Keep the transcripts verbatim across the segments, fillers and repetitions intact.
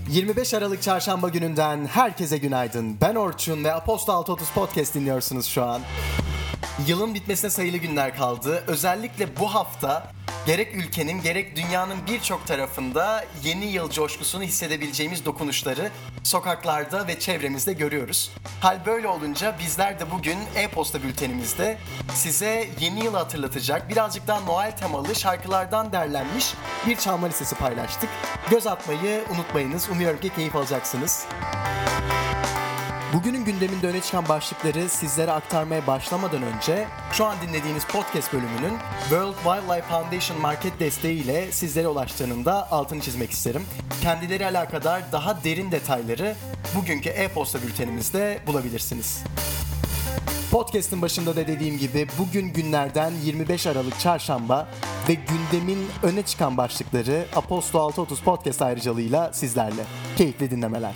yirmi beş Aralık Çarşamba gününden herkese günaydın. Ben Orçun ve Aposto altı otuz Podcast dinliyorsunuz şu an. Yılın bitmesine sayılı günler kaldı. Özellikle bu hafta gerek ülkenin gerek dünyanın birçok tarafında yeni yıl coşkusunu hissedebileceğimiz dokunuşları sokaklarda ve çevremizde görüyoruz. Hal böyle olunca bizler de bugün e-posta bültenimizde size yeni yılı hatırlatacak birazcık daha Noel temalı şarkılardan derlenmiş bir çalma listesi paylaştık. Göz atmayı unutmayınız. Umuyorum ki keyif alacaksınız. Bugünün gündeminde öne çıkan başlıkları sizlere aktarmaya başlamadan önce şu an dinlediğiniz podcast bölümünün World Wildlife Foundation market desteğiyle sizlere ulaştığının da altını çizmek isterim. Kendileri alakadar daha derin detayları bugünkü e-posta bültenimizde bulabilirsiniz. Podcast'ın başında da dediğim gibi bugün günlerden yirmi beş Aralık Çarşamba ve gündemin öne çıkan başlıkları Aposto altı otuz Podcast ayrıcalığıyla sizlerle. Keyifli dinlemeler.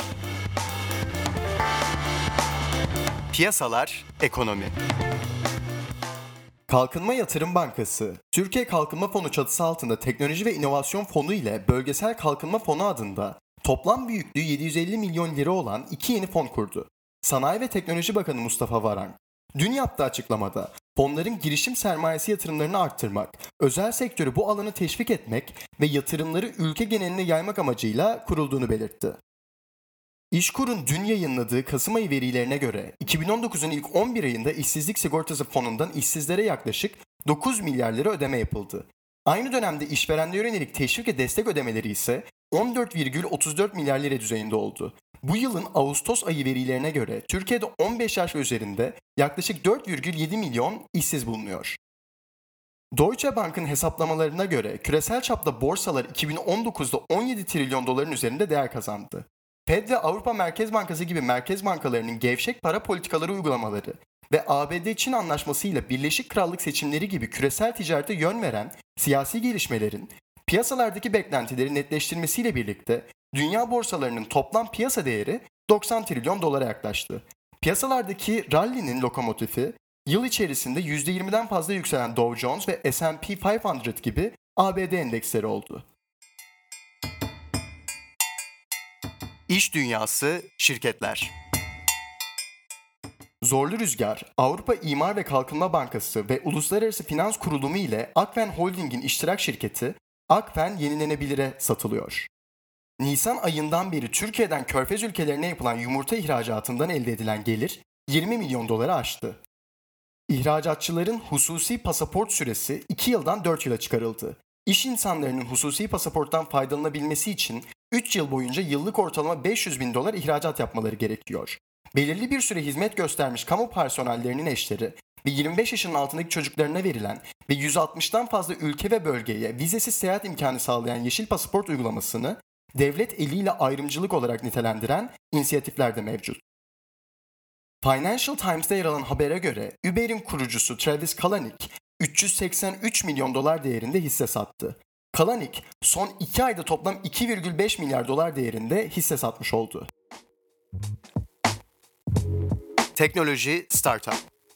Piyasalar, ekonomi. Kalkınma Yatırım Bankası, Türkiye Kalkınma Fonu çatısı altında Teknoloji ve İnovasyon Fonu ile Bölgesel Kalkınma Fonu adında toplam büyüklüğü yedi yüz elli milyon lira olan iki yeni fon kurdu. Sanayi ve Teknoloji Bakanı Mustafa Varank, dün yaptığı açıklamada fonların girişim sermayesi yatırımlarını arttırmak, özel sektörü bu alanı teşvik etmek ve yatırımları ülke geneline yaymak amacıyla kurulduğunu belirtti. İşkur'un dün yayınladığı Kasım ayı verilerine göre iki bin on dokuzun ilk on bir ayında işsizlik sigortası fonundan işsizlere yaklaşık dokuz milyar lira ödeme yapıldı. Aynı dönemde işverenlere yönelik teşvik ve destek ödemeleri ise on dört virgül otuz dört milyar lira düzeyinde oldu. Bu yılın Ağustos ayı verilerine göre Türkiye'de on beş yaş ve üzerinde yaklaşık dört virgül yedi milyon işsiz bulunuyor. Deutsche Bank'ın hesaplamalarına göre küresel çapta borsalar iki bin on dokuzda on yedi trilyon doların üzerinde değer kazandı. Fed ve Avrupa Merkez Bankası gibi merkez bankalarının gevşek para politikaları uygulamaları ve A B D-Çin anlaşması ile Birleşik Krallık seçimleri gibi küresel ticarete yön veren siyasi gelişmelerin piyasalardaki beklentileri netleştirmesiyle birlikte dünya borsalarının toplam piyasa değeri doksan trilyon dolara yaklaştı. Piyasalardaki rally'nin lokomotifi yıl içerisinde yüzde yirmiden fazla yükselen Dow Jones ve S and P beş yüz gibi A B D endeksleri oldu. İş dünyası, şirketler. Zorlu Rüzgar, Avrupa İmar ve Kalkınma Bankası ve Uluslararası Finans Kurulumu ile Akfen Holding'in iştirak şirketi Akfen Yenilenebilir'e satılıyor. Nisan ayından beri Türkiye'den Körfez ülkelerine yapılan yumurta ihracatından elde edilen gelir yirmi milyon doları aştı. İhracatçıların hususi pasaport süresi iki yıldan dört yıla çıkarıldı. İş insanlarının hususi pasaporttan faydalanabilmesi için üç yıl boyunca yıllık ortalama beş yüz bin dolar ihracat yapmaları gerekiyor. Belirli bir süre hizmet göstermiş kamu personellerinin eşleri ve yirmi beş yaşının altındaki çocuklarına verilen ve yüz altmıştan fazla ülke ve bölgeye vizesiz seyahat imkanı sağlayan yeşil pasaport uygulamasını devlet eliyle ayrımcılık olarak nitelendiren inisiyatifler de mevcut. Financial Times'ta yer alan habere göre Uber'in kurucusu Travis Kalanick üç yüz seksen üç milyon dolar değerinde hisse sattı. Kalanick son iki ayda toplam iki virgül beş milyar dolar değerinde hisse satmış oldu. Teknoloji, startup.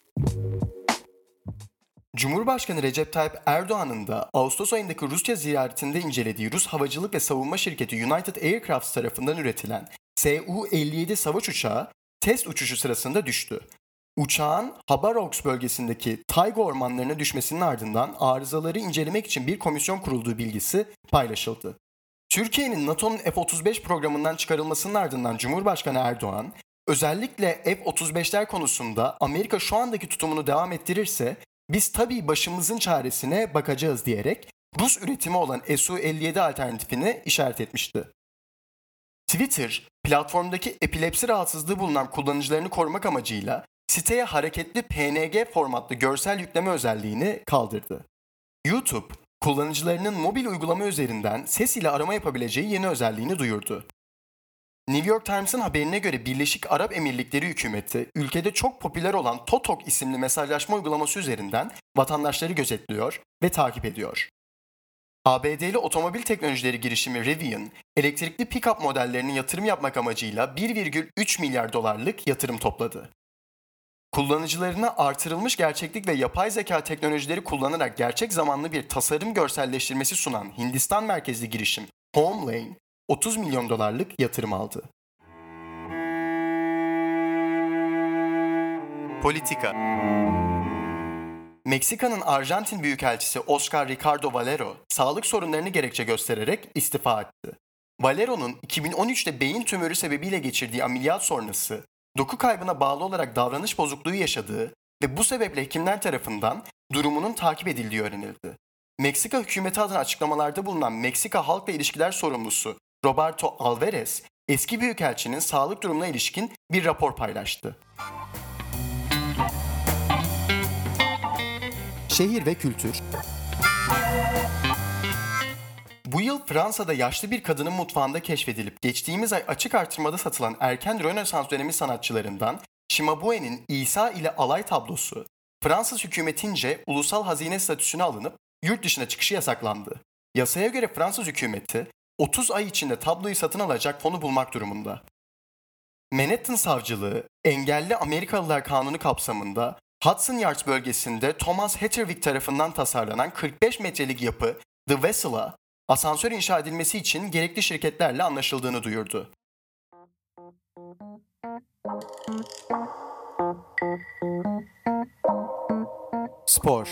Cumhurbaşkanı Recep Tayyip Erdoğan'ın da Ağustos ayındaki Rusya ziyaretinde incelediği Rus havacılık ve savunma şirketi United Aircraft tarafından üretilen S U elli yedi savaş uçağı test uçuşu sırasında düştü. Uçağın Habarovsk bölgesindeki tayga ormanlarına düşmesinin ardından arızaları incelemek için bir komisyon kurulduğu bilgisi paylaşıldı. Türkiye'nin NATO'nun F otuz beş programından çıkarılmasının ardından Cumhurbaşkanı Erdoğan, özellikle F otuz beşler konusunda Amerika şu andaki tutumunu devam ettirirse biz tabii başımızın çaresine bakacağız diyerek Rus üretimi olan S U elli yedi alternatifini işaret etmişti. Twitter, platformdaki epilepsi rahatsızlığı bulunan kullanıcılarını korumak amacıyla siteye hareketli P N G formatlı görsel yükleme özelliğini kaldırdı. YouTube, kullanıcılarının mobil uygulama üzerinden ses ile arama yapabileceği yeni özelliğini duyurdu. New York Times'ın haberine göre Birleşik Arap Emirlikleri hükümeti, ülkede çok popüler olan ToTalk isimli mesajlaşma uygulaması üzerinden vatandaşları gözetliyor ve takip ediyor. A B D'li otomobil teknolojileri girişimi Rivian, elektrikli pick-up modellerine yatırım yapmak amacıyla bir virgül üç milyar dolarlık yatırım topladı. Kullanıcılarına artırılmış gerçeklik ve yapay zeka teknolojileri kullanarak gerçek zamanlı bir tasarım görselleştirmesi sunan Hindistan merkezli girişim HomeLane, otuz milyon dolarlık yatırım aldı. Politika. Meksika'nın Arjantin Büyükelçisi Oscar Ricardo Valero, sağlık sorunlarını gerekçe göstererek istifa etti. Valero'nun iki bin on üçte beyin tümörü sebebiyle geçirdiği ameliyat sonrası, doku kaybına bağlı olarak davranış bozukluğu yaşadığı ve bu sebeple hekimler tarafından durumunun takip edildiği öğrenildi. Meksika hükümeti adına açıklamalarda bulunan Meksika Halkla İlişkiler Sorumlusu Roberto Alvarez, eski büyükelçinin sağlık durumuna ilişkin bir rapor paylaştı. Şehir ve kültür. Bu yıl Fransa'da yaşlı bir kadının mutfağında keşfedilip geçtiğimiz ay açık artırmada satılan erken Rönesans dönemi sanatçılarından Cimabue'nin İsa ile alay tablosu, Fransız hükümetince ulusal hazine statüsüne alınıp yurt dışına çıkışı yasaklandı. Yasaya göre Fransız hükümeti otuz ay içinde tabloyu satın alacak fonu bulmak durumunda. Manhattan Savcılığı, engelli Amerikalılar Kanunu kapsamında Hudson Yards bölgesinde Thomas Heatherwick tarafından tasarlanan kırk beş metrelik yapı The Vessel'a asansör inşa edilmesi için gerekli şirketlerle anlaşıldığını duyurdu. Spor.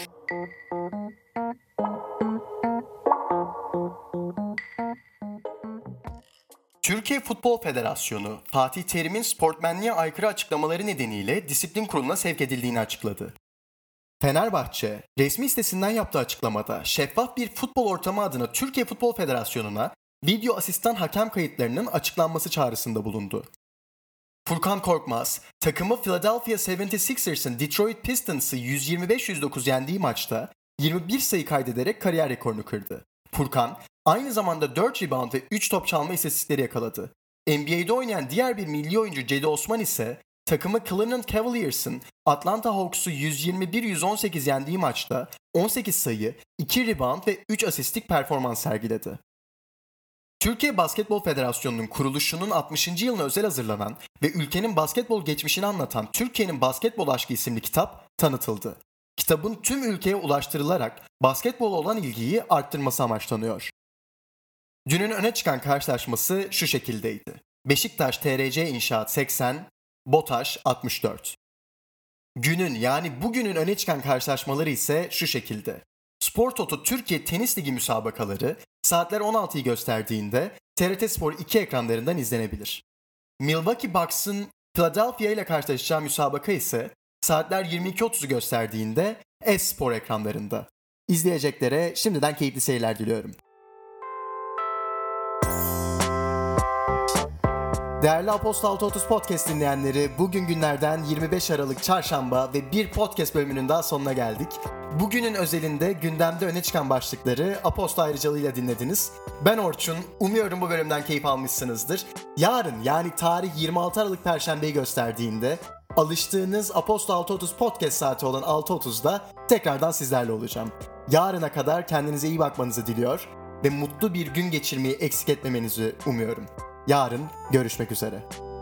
Türkiye Futbol Federasyonu, Fatih Terim'in sportmenliğe aykırı açıklamaları nedeniyle disiplin kuruluna sevk edildiğini açıkladı. Fenerbahçe, resmi sitesinden yaptığı açıklamada şeffaf bir futbol ortamı adına Türkiye Futbol Federasyonu'na video asistan hakem kayıtlarının açıklanması çağrısında bulundu. Furkan Korkmaz, takımı Philadelphia yetmiş altı ers'ın Detroit Pistons'ı yüz yirmi beş yüz dokuz yendiği maçta yirmi bir sayı kaydederek kariyer rekorunu kırdı. Furkan, aynı zamanda dört rebound ve üç top çalma istatistikleri yakaladı. N B A'de oynayan diğer bir milli oyuncu Cedi Osman ise takımı Cleveland Cavaliers'ın Atlanta Hawks'u yüz yirmi bir yüz on sekiz yendiği maçta on sekiz sayı, iki rebound ve üç asistlik performans sergiledi. Türkiye Basketbol Federasyonu'nun kuruluşunun altmışıncı yılına özel hazırlanan ve ülkenin basketbol geçmişini anlatan Türkiye'nin Basketbol Aşkı isimli kitap tanıtıldı. Kitabın tüm ülkeye ulaştırılarak basketbola olan ilgiyi arttırması amaçlanıyor. Dünün öne çıkan karşılaşması şu şekildeydi. Beşiktaş T R C İnşaat seksen, BOTAŞ altmış dört. Günün yani bugünün öne çıkan karşılaşmaları ise şu şekilde. Spor Toto Türkiye Tenis Ligi müsabakaları saatler on altıyı gösterdiğinde T R T Spor iki ekranlarından izlenebilir. Milwaukee Bucks'ın Philadelphia ile karşılaşacağı müsabaka ise saatler yirmi iki otuzu gösterdiğinde S-Spor ekranlarında. İzleyeceklere şimdiden keyifli seyirler diliyorum. Değerli Aposto altı otuz Podcast dinleyenleri, bugün günlerden yirmi beş Aralık Çarşamba ve bir podcast bölümünün daha sonuna geldik. Bugünün özelinde gündemde öne çıkan başlıkları Aposto ayrıcalığıyla dinlediniz. Ben Orçun, umuyorum bu bölümden keyif almışsınızdır. Yarın yani tarih yirmi altı Aralık Perşembe'yi gösterdiğinde alıştığınız Aposto altı otuz Podcast saati olan altı otuzda tekrardan sizlerle olacağım. Yarına kadar kendinize iyi bakmanızı diliyor ve mutlu bir gün geçirmeyi eksik etmemenizi umuyorum. Yarın görüşmek üzere.